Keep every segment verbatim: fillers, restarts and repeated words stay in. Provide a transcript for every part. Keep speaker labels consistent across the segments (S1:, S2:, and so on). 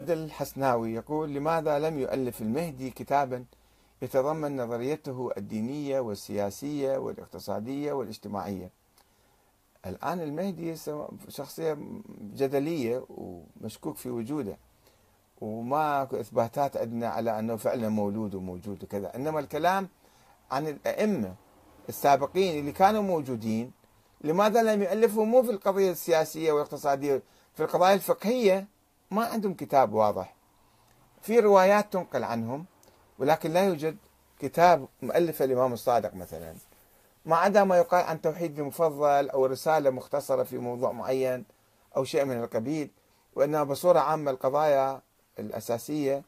S1: الحسناوي يقول: لماذا لم يؤلف المهدي كتابا يتضمن نظريته الدينية والسياسية والاقتصادية والاجتماعية؟ الآن المهدي شخصية جدلية ومشكوك في وجوده، وما إثباتات عندنا على أنه فعلا مولود وموجود وكذا، إنما الكلام عن الأئمة السابقين اللي كانوا موجودين. لماذا لم يؤلفوا مو في القضية السياسية والاقتصادية، في القضايا الفقهية ما عندهم كتاب واضح. في روايات تنقل عنهم ولكن لا يوجد كتاب مؤلف الإمام الصادق مثلا، ما عدا ما يقال عن توحيد المفضل أو رسالة مختصرة في موضوع معين أو شيء من القبيل، وإنها بصورة عامة القضايا الأساسية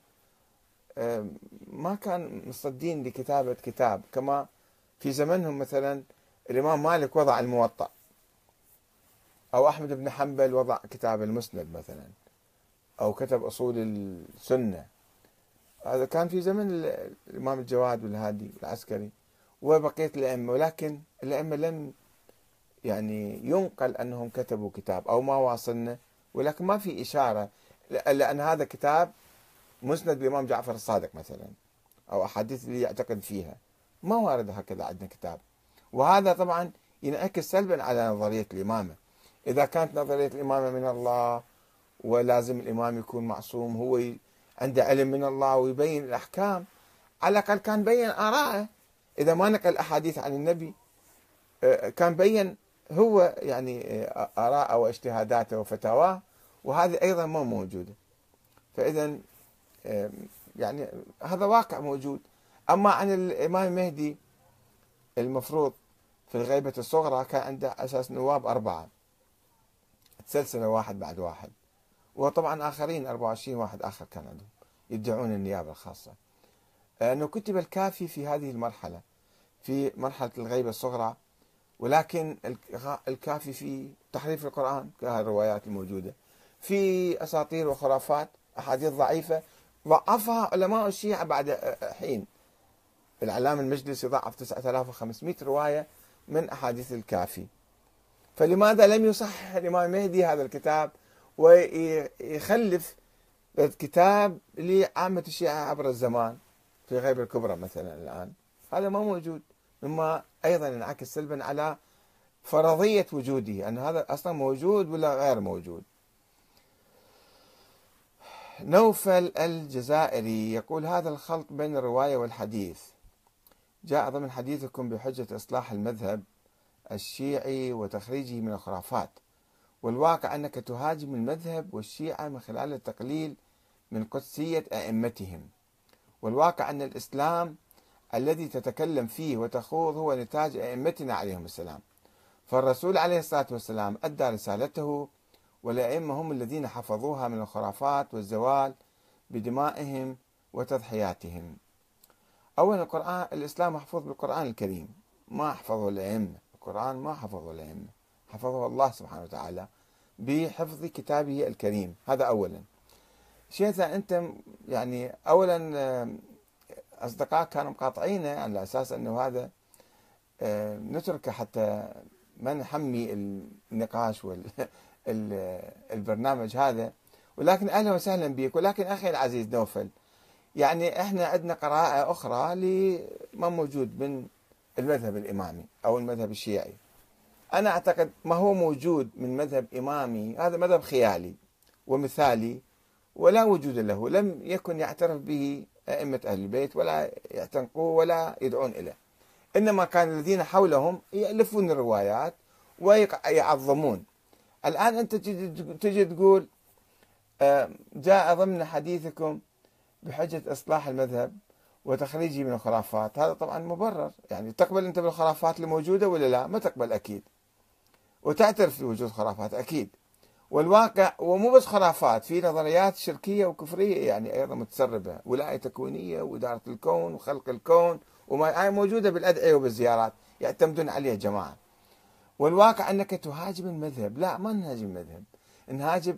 S1: ما كان مصدين لكتابة كتاب. كما في زمنهم مثلا الإمام مالك وضع الموطأ، أو أحمد بن حنبل وضع كتاب المسند مثلا، أو كتب أصول السنة. هذا كان في زمن الإمام الجواد والهادي العسكري وبقية الأئمة، ولكن الأئمة لم يعني ينقل أنهم كتبوا كتاب أو ما واصلنا، ولكن ما في إشارة لأن هذا كتاب مسند الإمام جعفر الصادق مثلا، أو أحاديث اللي يعتقد فيها. ما وارد هكذا عندنا كتاب، وهذا طبعا ينعكس سلبا على نظرية الإمامة. إذا كانت نظرية الإمامة من الله ولازم الإمام يكون معصوم، هو عنده علم من الله ويبين الأحكام، على الأقل كان بين آراءه. إذا ما نقل أحاديث عن النبي كان بين هو يعني آراءه واجتهاداته وفتاواه، وهذه أيضا ما موجودة. فإذا يعني هذا واقع موجود. أما عن الإمام المهدي، المفروض في الغيبة الصغرى كان عنده أساس نواب أربعة تسلسل واحد بعد واحد، وطبعا آخرين أربعة وعشرين واحد آخر كان عندهم يدعون النيابة الخاصة. أنه كتب الكافي في هذه المرحلة، في مرحلة الغيبة الصغرى، ولكن الكافي في تحريف القرآن كالروايات الموجودة، في أساطير وخرافات، أحاديث ضعيفة ضعفها علماء الشيعة بعد حين. العلامة المجلسي ضعف تسعة آلاف وخمسمئة رواية من أحاديث الكافي. فلماذا لم يصحح الإمام المهدي هذا الكتاب ويخلف كتاب لعامة الشيعة عبر الزمان في غيبة الكبرى مثلا؟ الآن هذا ما موجود، مما أيضا ينعكس سلبا على فرضية وجوده، أن هذا أصلا موجود ولا غير موجود. نوفل الجزائري يقول: هذا الخلط بين الرواية والحديث جاء ضمن حديثكم بحجة إصلاح المذهب الشيعي وتخريجه من الخرافات، والواقع أنك تهاجم المذهب والشيعة من خلال التقليل من قدسية أئمتهم، والواقع أن الإسلام الذي تتكلم فيه وتخوض هو نتاج أئمتنا عليهم السلام، فالرسول عليه الصلاة والسلام أدى رسالته، والأئمة هم الذين حفظوها من الخرافات والزوال بدمائهم وتضحياتهم. أولا القرآن، الإسلام محفوظ بالقرآن الكريم، ما حفظه الأئمة. القرآن ما حفظه الأئمة، حفظه الله سبحانه وتعالى بحفظ كتابه الكريم. هذا أولا. شيء ثاني، أنت يعني أولا أصدقاء كانوا مقاطعينه على أساس أنه هذا نتركه حتى ما نحمي النقاش والبرنامج هذا، ولكن أهلا وسهلا بك. ولكن أخي العزيز نوفل، يعني احنا عندنا قراءة أخرى لما موجود من المذهب الإمامي أو المذهب الشيعي. أنا أعتقد ما هو موجود من مذهب إمامي هذا مذهب خيالي ومثالي ولا وجود له، لم يكن يعترف به أئمة أهل البيت ولا يعتنقوه ولا يدعون إليه، إنما كان الذين حولهم يألفون الروايات ويعظمون. الآن أنت تجي تقول جاء ضمن حديثكم بحجة إصلاح المذهب وتخريجه من الخرافات. هذا طبعا مبرر، يعني تقبل أنت بالخرافات الموجودة ولا لا؟ ما تقبل أكيد، وتعترف بوجود خرافات أكيد. والواقع ومو بس خرافات، في نظريات شركية وكفرية يعني أيضا متسربة، ولاية تكوينية وإدارة الكون وخلق الكون، وما هي موجودة بالأدعية وبالزيارات يعتمدون عليها جماعة. والواقع أنك تهاجم المذهب. لا، ما نهاجم المذهب، نهاجم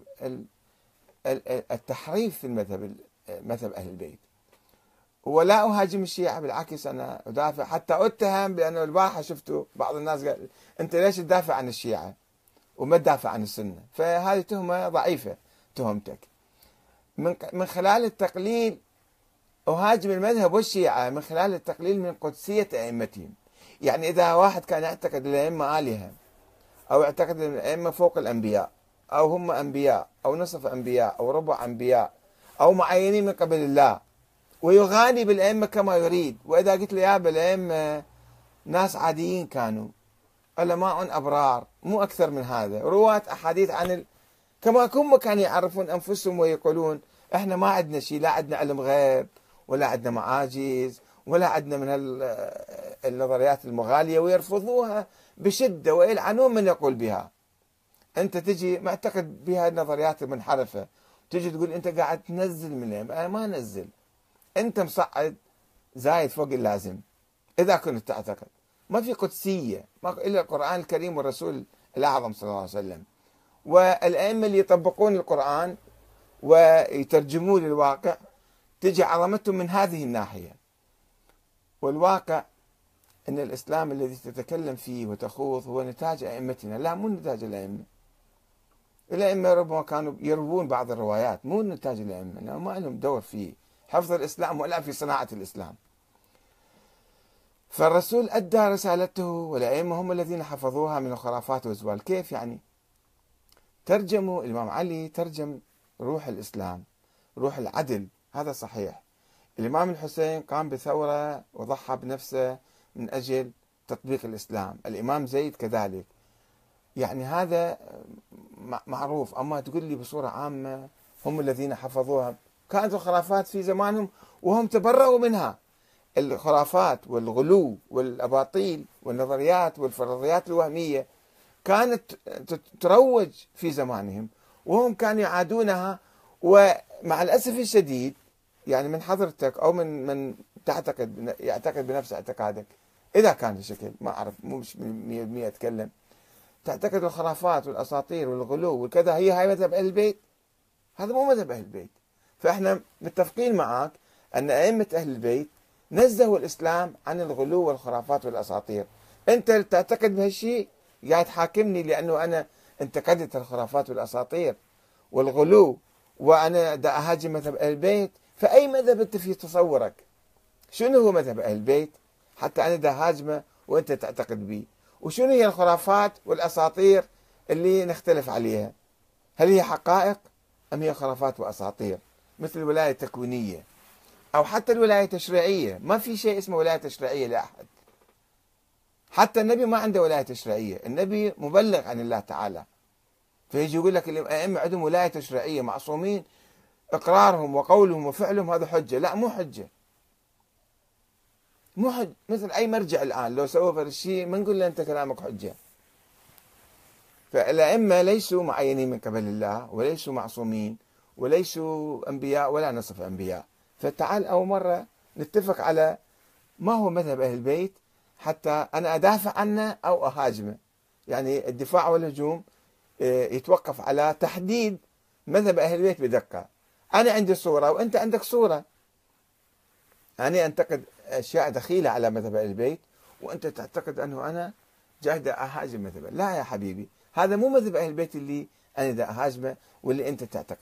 S1: التحريف في المذهب، مذهب أهل البيت. ولا أهاجم الشيعة، بالعكس أنا أدافع، حتى أتهم بأنه البارحة شفتوا بعض الناس قال أنت ليش تدافع عن الشيعة وما تدافع عن السنة؟ فهذه تهمة ضعيفة تهمتك. من من خلال التقليل أهاجم المذهب والشيعة من خلال التقليل من قدسية أئمتهم. يعني إذا واحد كان يعتقد الأئمة آلهة، أو يعتقد أن الأئمة فوق الأنبياء، أو هم أنبياء، أو نصف أنبياء، أو ربع أنبياء، أو معينين من قبل الله، ويغالي بالأئمة كما يريد، وإذا قلت له يا بالأئمة ناس عاديين كانوا، علماء أبرار، مو أكثر من هذا، رواة أحاديث عن ال... كما هم كانوا يعرفون أنفسهم ويقولون إحنا ما عندنا شيء، لا عندنا علم غيب، ولا عندنا معاجز، ولا عندنا من النظريات المغالية، ويرفضوها بشدة ويلعنون من يقول بها. أنت تجي معتقد بها النظريات المنحرفة، تجي تقول أنت قاعد تنزل منهم. أنا ما أنزل، أنت مصعد زايد فوق اللازم. إذا كنت تعتقد ما في قدسية ما إلا القرآن الكريم والرسول الأعظم صلى الله عليه وسلم، والأئمة اللي يطبقون القرآن ويترجمون للواقع، تجي عظمتهم من هذه الناحية. والواقع أن الإسلام الذي تتكلم فيه وتخوض هو نتاج أئمتنا، لا مو نتاج الأئمة. الأئمة ربما كانوا يروون بعض الروايات، مو نتاج الأئمة، ما لهم دور في حفظ الإسلام ولا في صناعة الإسلام. فالرسول أدى رسالته، والأئمة هم الذين حفظوها من الخرافات والزوال. كيف يعني؟ ترجموا الإمام علي، ترجم روح الإسلام، روح العدل، هذا صحيح. الإمام الحسين قام بثورة وضحى بنفسه من أجل تطبيق الإسلام، الإمام زيد كذلك، يعني هذا معروف. أما تقول لي بصورة عامة هم الذين حفظوها، كانت الخرافات في زمانهم وهم تبرؤوا منها. الخرافات والغلو والأباطيل والنظريات والفرضيات الوهمية كانت تروج في زمانهم، وهم كانوا يعادونها. ومع الأسف الشديد يعني من حضرتك أو من من تعتقد يعتقد بنفس اعتقادك، إذا كان الشكل ما أعرف، مو مش مية بالمية أتكلم، تعتقد الخرافات والأساطير والغلو وكذا هي هاي مذهب أهل البيت، هذا مو مذهب أهل البيت. فإحنا متفقين معك أن أئمة أهل البيت نزهوا الإسلام عن الغلو والخرافات والأساطير. أنت تعتقد بهالشيء قاعد تحاكمني لأنه أنا انتقدت الخرافات والأساطير والغلو وأنا دا أهاجم مذهب أهل البيت. فأي مذهب أنت في تصورك؟ شنو هو مذهب أهل البيت حتى أنا دا هاجمه وأنت تعتقد به؟ وشنو هي الخرافات والأساطير اللي نختلف عليها؟ هل هي حقائق أم هي خرافات وأساطير؟ مثل الولاية التكوينية أو حتى الولاية التشريعية. ما في شيء اسمه ولاية تشريعية لأحد، حتى النبي ما عنده ولاية تشريعية، النبي مبلغ عن الله تعالى. فيجي يقول لك الأئمة عندهم ولاية تشريعية معصومين، إقرارهم وقولهم وفعلهم هذا حجة. لا، مو حجة، مو حج. مثل أي مرجع الآن لو سوى فرد الشيء ما نقول له أنت كلامك حجة. فالأئمة ليسوا معينين من قبل الله، وليسوا معصومين، وليسوا أنبياء ولا نصف أنبياء. فتعال أول مرة نتفق على ما هو مذهب أهل البيت حتى أنا أدافع عنه أو أهاجمه. يعني الدفاع والهجوم يتوقف على تحديد مذهب أهل البيت بدقة. أنا عندي صورة وأنت عندك صورة، أنا أنتقد أشياء دخيلة على مذهب أهل البيت وأنت تعتقد أنه أنا جاهد أهاجم مذهبه. لا يا حبيبي، هذا مو مذهب أهل البيت اللي أنا دا أهاجمه واللي أنت تعتقد